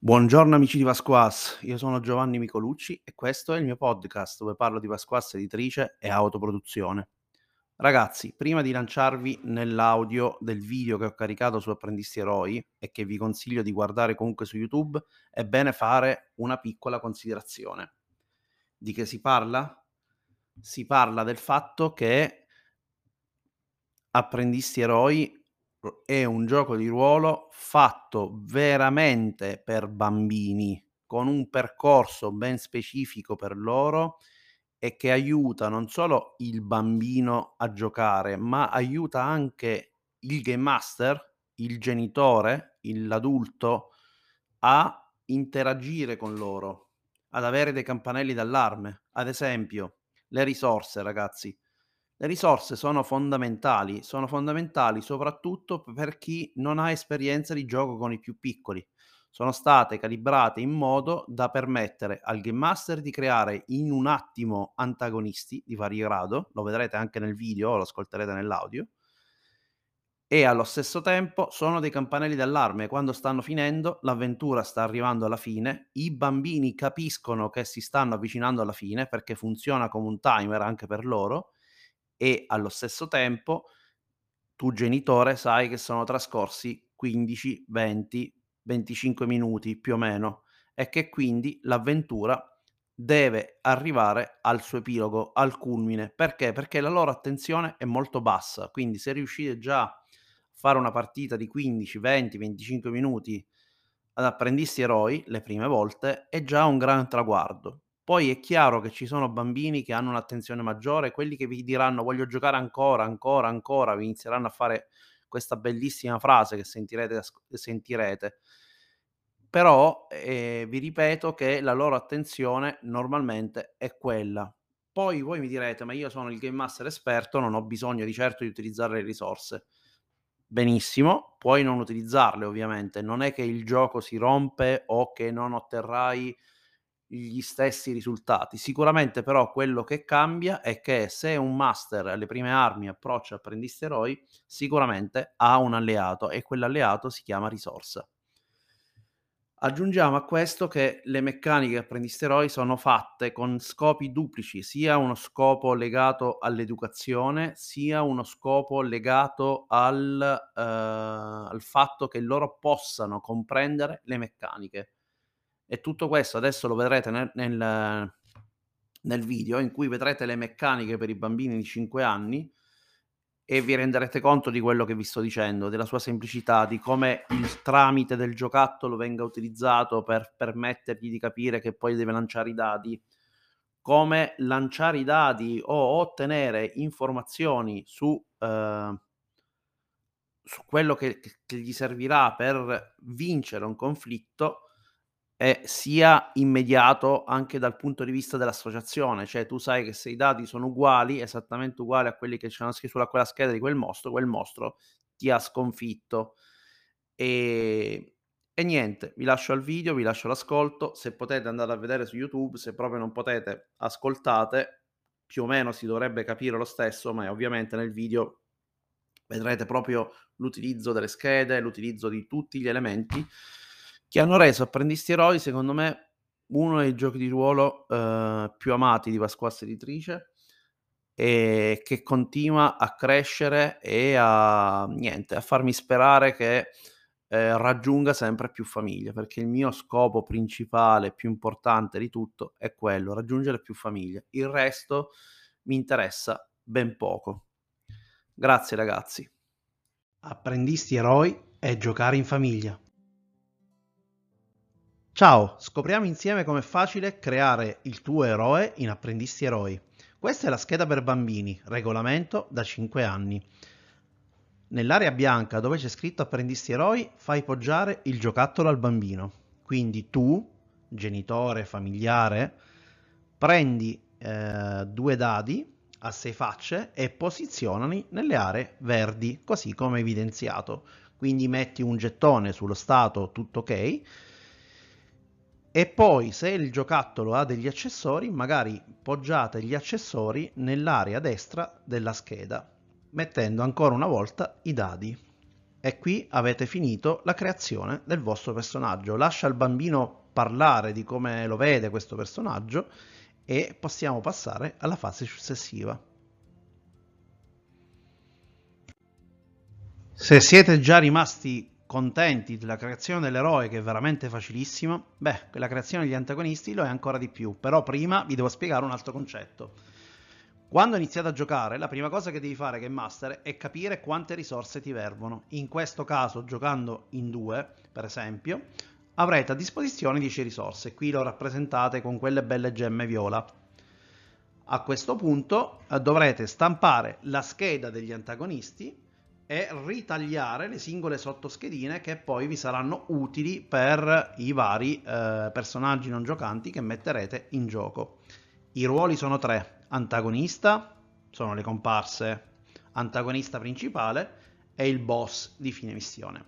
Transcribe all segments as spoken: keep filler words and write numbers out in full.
Buongiorno amici di Vasquas, io sono Giovanni Micolucci e questo è il mio podcast dove parlo di Vasquas editrice e autoproduzione. Ragazzi, prima di lanciarvi nell'audio del video che ho caricato su Apprendisti Eroi e che vi consiglio di guardare comunque su YouTube, è bene fare una piccola considerazione. Di che si parla? Si parla del fatto che Apprendisti Eroi è un gioco di ruolo fatto veramente per bambini, con un percorso ben specifico per loro e che aiuta non solo il bambino a giocare, ma aiuta anche il game master, il genitore, il l'adulto a interagire con loro, ad avere dei campanelli d'allarme. Ad esempio, le risorse ragazzi. Le risorse sono fondamentali, sono fondamentali soprattutto p per chi non ha esperienza di gioco con i più piccoli. Sono state calibrate in modo da permettere al game master di creare in un attimo antagonisti di vario grado, lo vedrete anche nel video o lo ascolterete nell'audio, e allo stesso tempo sono dei campanelli d'allarme. Quando stanno finendo, l'avventura sta arrivando alla fine, i bambini capiscono che si stanno avvicinando alla fine perché funziona come un timer anche per loro e allo stesso tempo tu genitore sai che sono trascorsi quindici, venti, venticinque minuti più o meno e che quindi l'avventura deve arrivare al suo epilogo, al culmine. Perché? Perché la loro attenzione è molto bassa, quindi se riuscite già a fare una partita di quindici, venti, venticinque minuti ad Apprendisti Eroi le prime volte è già un gran traguardo. Poi è chiaro che ci sono bambini che hanno un'attenzione maggiore, quelli che vi diranno: "Voglio giocare ancora, ancora, ancora", vi inizieranno a fare questa bellissima frase che sentirete asc sentirete. Però, ehm, vi ripeto che la loro attenzione normalmente è quella. Poi voi mi direte: "Ma io sono il game master esperto, non ho bisogno di certo di utilizzare le risorse". Benissimo, puoi non utilizzarle ovviamente, non è che il gioco si rompe o che non otterrai gli stessi risultati. Sicuramente però quello che cambia è che se un master alle prime armi approccia Apprendisti Eroi, sicuramente ha un alleato e quell'alleato si chiama risorsa. Aggiungiamo a questo che le meccaniche Apprendisti Eroi sono fatte con scopi duplici, sia uno scopo legato all'educazione, sia uno scopo legato al, ehm, al fatto che loro possano comprendere le meccaniche. E tutto questo adesso lo vedrete nel nel nel video in cui vedrete le meccaniche per i bambini di cinque anni e vi renderete conto di quello che vi sto dicendo, della sua semplicità, di come il tramite del giocattolo venga utilizzato per permettergli di capire che poi deve lanciare i dadi, come lanciare i dadi o ottenere informazioni su, ehm, su quello che che che gli servirà per vincere un conflitto e sia immediato anche dal punto di vista dell'associazione, cioè tu sai che se i dati sono uguali, esattamente uguali a quelli che c'erano scri sulla quella scheda di quel mostro, quel mostro ti ha sconfitto. Ehm, e niente, vi lascio al video, vi lascio l'ascolto, se potete andate a vedere su YouTube, se proprio non potete ascoltate, più o meno si dovrebbe capire lo stesso, ma ovviamente nel video vedrete proprio l'utilizzo delle schede, l'utilizzo di tutti gli elementi che hanno reso Apprendisti Eroi, secondo me, uno dei giochi di ruolo, uhm, più amati di Pasquassa Editrice e che continua a crescere e a niente, a farmi sperare che, ehm, raggiunga sempre più famiglie, perché il mio scopo principale, più importante di tutto, è quello, raggiungere più famiglie. Il resto mi interessa ben poco. Grazie ragazzi. Apprendisti Eroi e giocare in famiglia. Ciao, scopriamo insieme com'è facile creare il tuo eroe in Apprendisti Eroi. Questa è la scheda per bambini, regolamento da cinque anni. Nell'area bianca dove c'è scritto Apprendisti Eroi fai poggiare il giocattolo al bambino. Quindi tu, genitore, familiare, prendi eh, due dadi a sei facce e posizionali nelle aree verdi, così come evidenziato. Quindi metti un gettone sullo stato tutto ok e poi se il giocattolo ha degli accessori, magari poggiate gli accessori nell'area destra della scheda, mettendo ancora una volta i dadi. E qui avete finito la creazione del vostro personaggio. Lascia al bambino parlare di come lo vede questo personaggio e possiamo passare alla fase successiva. Se siete già rimasti contenti della creazione dell'eroe, che è veramente facilissima, beh, la creazione degli antagonisti lo è ancora di più. Però prima vi devo spiegare un altro concetto. Quando iniziate a giocare, la prima cosa che devi fare Game Master è capire quante risorse ti servono. In questo caso, giocando in due, per esempio, avrete a disposizione dieci risorse. Qui lo rappresentate con quelle belle gemme viola. A questo punto eh, dovrete stampare la scheda degli antagonisti e ritagliare le singole sottoschedine che poi vi saranno utili per i vari eh, personaggi non giocanti che metterete in gioco. I ruoli sono tre: antagonista, sono le comparse, antagonista principale e il boss di fine missione.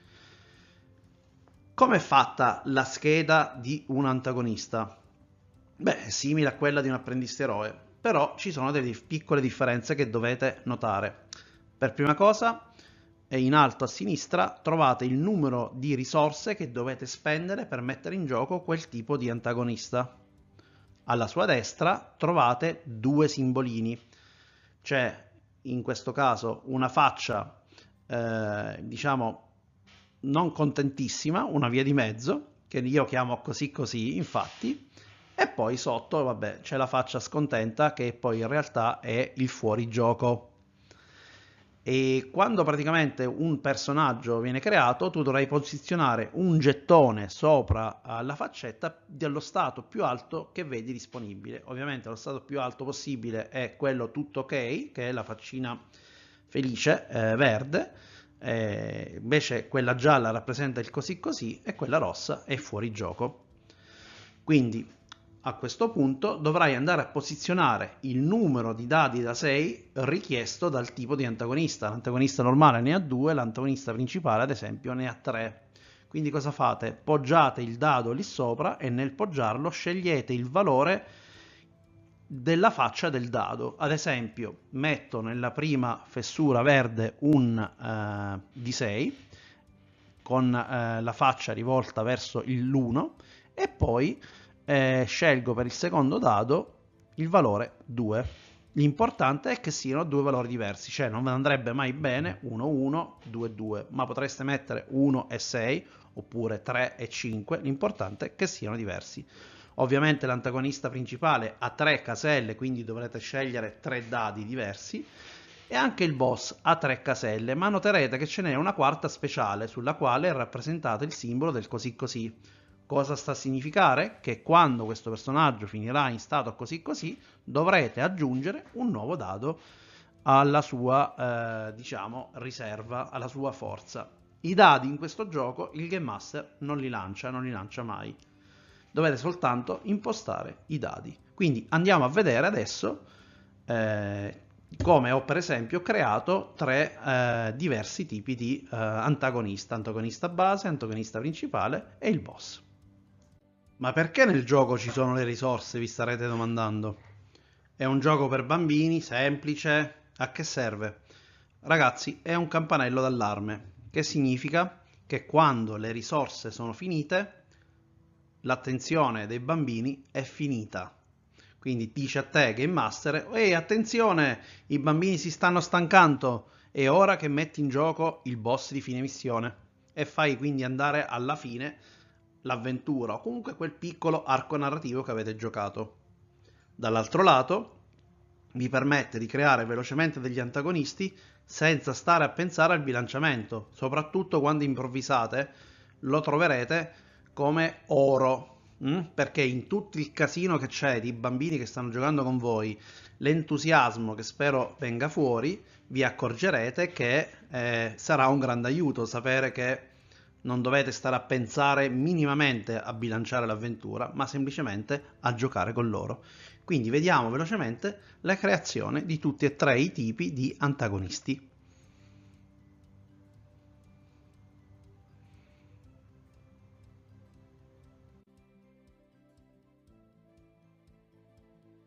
Come è fatta la scheda di un antagonista? Beh, è simile a quella di un apprendista eroe, però ci sono delle piccole differenze che dovete notare. Per prima cosa, in alto a sinistra trovate il numero di risorse che dovete spendere per mettere in gioco quel tipo di antagonista. Alla sua destra trovate due simbolini. C'è in questo caso una faccia, eh, diciamo, non contentissima, una via di mezzo, che io chiamo così così, infatti, e poi sotto, vabbè, c'è la faccia scontenta che poi in realtà è il fuorigioco. E quando praticamente un personaggio viene creato, tu dovrai posizionare un gettone sopra la faccetta dello stato più alto che vedi disponibile. Ovviamente lo stato più alto possibile è quello tutto ok, che è la faccina felice, eh, verde, eh, invece quella gialla rappresenta il così così e quella rossa è fuori gioco. Quindi a questo punto dovrai andare a posizionare il numero di dadi da sei richiesto dal tipo di antagonista. L'antagonista normale ne ha due, l'antagonista principale ad esempio ne ha tre. Quindi cosa fate? Poggiate il dado lì sopra e nel poggiarlo scegliete il valore della faccia del dado. Ad esempio metto nella prima fessura verde un eh, D sei con eh, la faccia rivolta verso l'uno e poi eh, scelgo per il secondo dado il valore due. L'importante è che siano due valori diversi, cioè non andrebbe mai bene uno uno, due due, ma potreste mettere uno e sei oppure tre e cinque, l'importante è che siano diversi. Ovviamente l'antagonista principale ha tre caselle, quindi dovrete scegliere tre dadi diversi, e anche il boss ha tre caselle, ma noterete che ce n'è una quarta speciale sulla quale è rappresentato il simbolo del così così. Cosa sta a significare? Che quando questo personaggio finirà in stato così così dovrete aggiungere un nuovo dado alla sua eh, diciamo riserva, alla sua forza. I dadi in questo gioco il Game Master non li lancia, non li lancia mai. Dovete soltanto impostare i dadi. Quindi andiamo a vedere adesso eh, come ho per esempio creato tre eh, diversi tipi di eh, antagonista, antagonista base, antagonista principale e il boss. Ma perché nel gioco ci sono le risorse, vi starete domandando? È un gioco per bambini, semplice, a che serve? Ragazzi, è un campanello d'allarme, che significa che quando le risorse sono finite, l'attenzione dei bambini è finita. Quindi dice a te Game Master: ehi, attenzione, i bambini si stanno stancando, è ora che metti in gioco il boss di fine missione. E fai quindi andare alla fine l'avventura o comunque quel piccolo arco narrativo che avete giocato. Dall'altro lato vi permette di creare velocemente degli antagonisti senza stare a pensare al bilanciamento, soprattutto quando improvvisate lo troverete come oro, mh? Perché in tutto il casino che c'è di bambini che stanno giocando con voi, l'entusiasmo che spero venga fuori, vi accorgerete che eh, sarà un grande aiuto sapere che non dovete stare a pensare minimamente a bilanciare l'avventura, ma semplicemente a giocare con loro. Quindi vediamo velocemente la creazione di tutti e tre i tipi di antagonisti.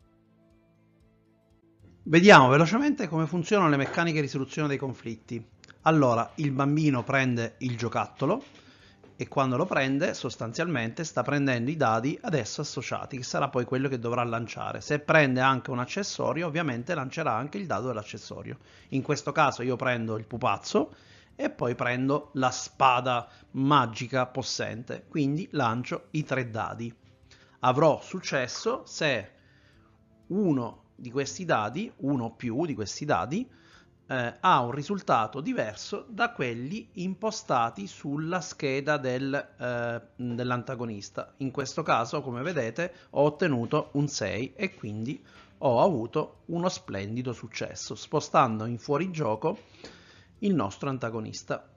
Vediamo velocemente come funzionano le meccaniche di risoluzione dei conflitti. Allora il bambino prende il giocattolo e quando lo prende sostanzialmente sta prendendo i dadi ad esso associati, che sarà poi quello che dovrà lanciare. Se prende anche un accessorio, ovviamente lancerà anche il dado dell'accessorio. In questo caso io prendo il pupazzo e poi prendo la spada magica possente, quindi lancio i tre dadi. Avrò successo se uno di questi dadi, uno o più di questi dadi, eh, ha un risultato diverso da quelli impostati sulla scheda del, eh, dell'antagonista. In questo caso, come vedete, ho ottenuto un sei e quindi ho avuto uno splendido successo, spostando in fuorigioco il nostro antagonista.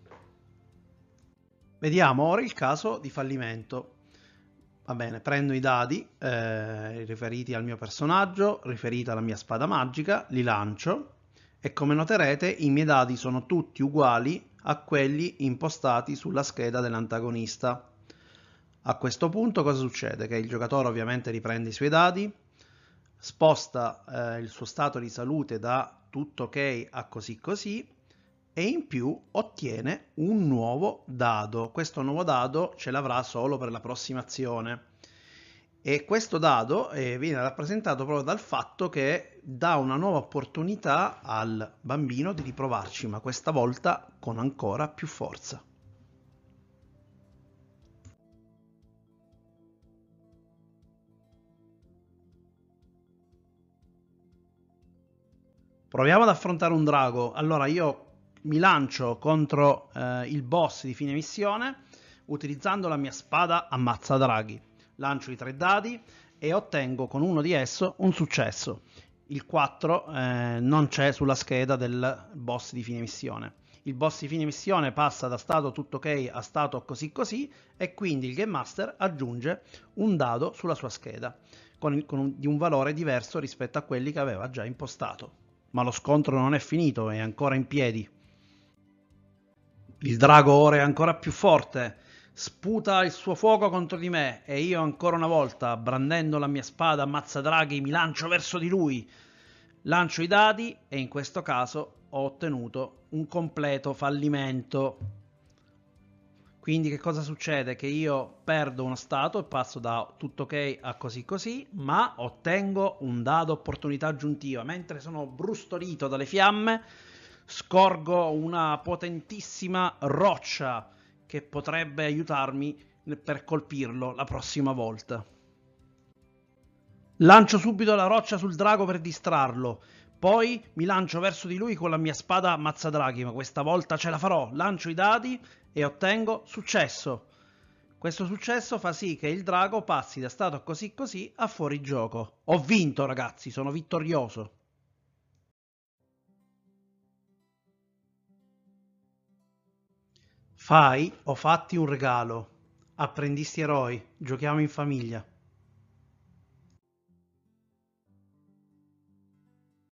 Vediamo ora il caso di fallimento. Va bene, prendo i dadi eh, riferiti al mio personaggio, riferiti alla mia spada magica, li lancio e come noterete i miei dadi sono tutti uguali a quelli impostati sulla scheda dell'antagonista. A questo punto cosa succede? Che il giocatore ovviamente riprende i suoi dadi, sposta eh, il suo stato di salute da tutto ok a così così e in più ottiene un nuovo dado. Questo nuovo dado ce l'avrà solo per la prossima azione. E questo dado eh, viene rappresentato proprio dal fatto che dà una nuova opportunità al bambino di riprovarci, ma questa volta con ancora più forza. Proviamo ad affrontare un drago. Allora io mi lancio contro eh, il boss di fine missione utilizzando la mia spada ammazza draghi. Lancio i tre dadi e ottengo con uno di esso un successo. Il quattro eh, non c'è sulla scheda del boss di fine missione. Il boss di fine missione passa da stato tutto ok a stato così così e quindi il Game Master aggiunge un dado sulla sua scheda con, con un, di un valore diverso rispetto a quelli che aveva già impostato. Ma lo scontro non è finito, è ancora in piedi. Il drago ora è ancora più forte, sputa il suo fuoco contro di me e io ancora una volta, brandendo la mia spada ammazza draghi, mi lancio verso di lui. Lancio i dadi e in questo caso ho ottenuto un completo fallimento. Quindi che cosa succede? Che io perdo uno stato e passo da tutto ok a così così, ma ottengo un dado opportunità aggiuntiva. Mentre sono brustolito dalle fiamme, scorgo una potentissima roccia che potrebbe aiutarmi per colpirlo la prossima volta. Lancio subito la roccia sul drago per distrarlo. Poi mi lancio verso di lui con la mia spada ammazzadraghi, ma questa volta ce la farò. Lancio i dadi e ottengo successo. Questo successo fa sì che il drago passi da stato così così a fuorigioco. Ho vinto, ragazzi, sono vittorioso. Fai o fatti un regalo. Apprendisti eroi, giochiamo in famiglia.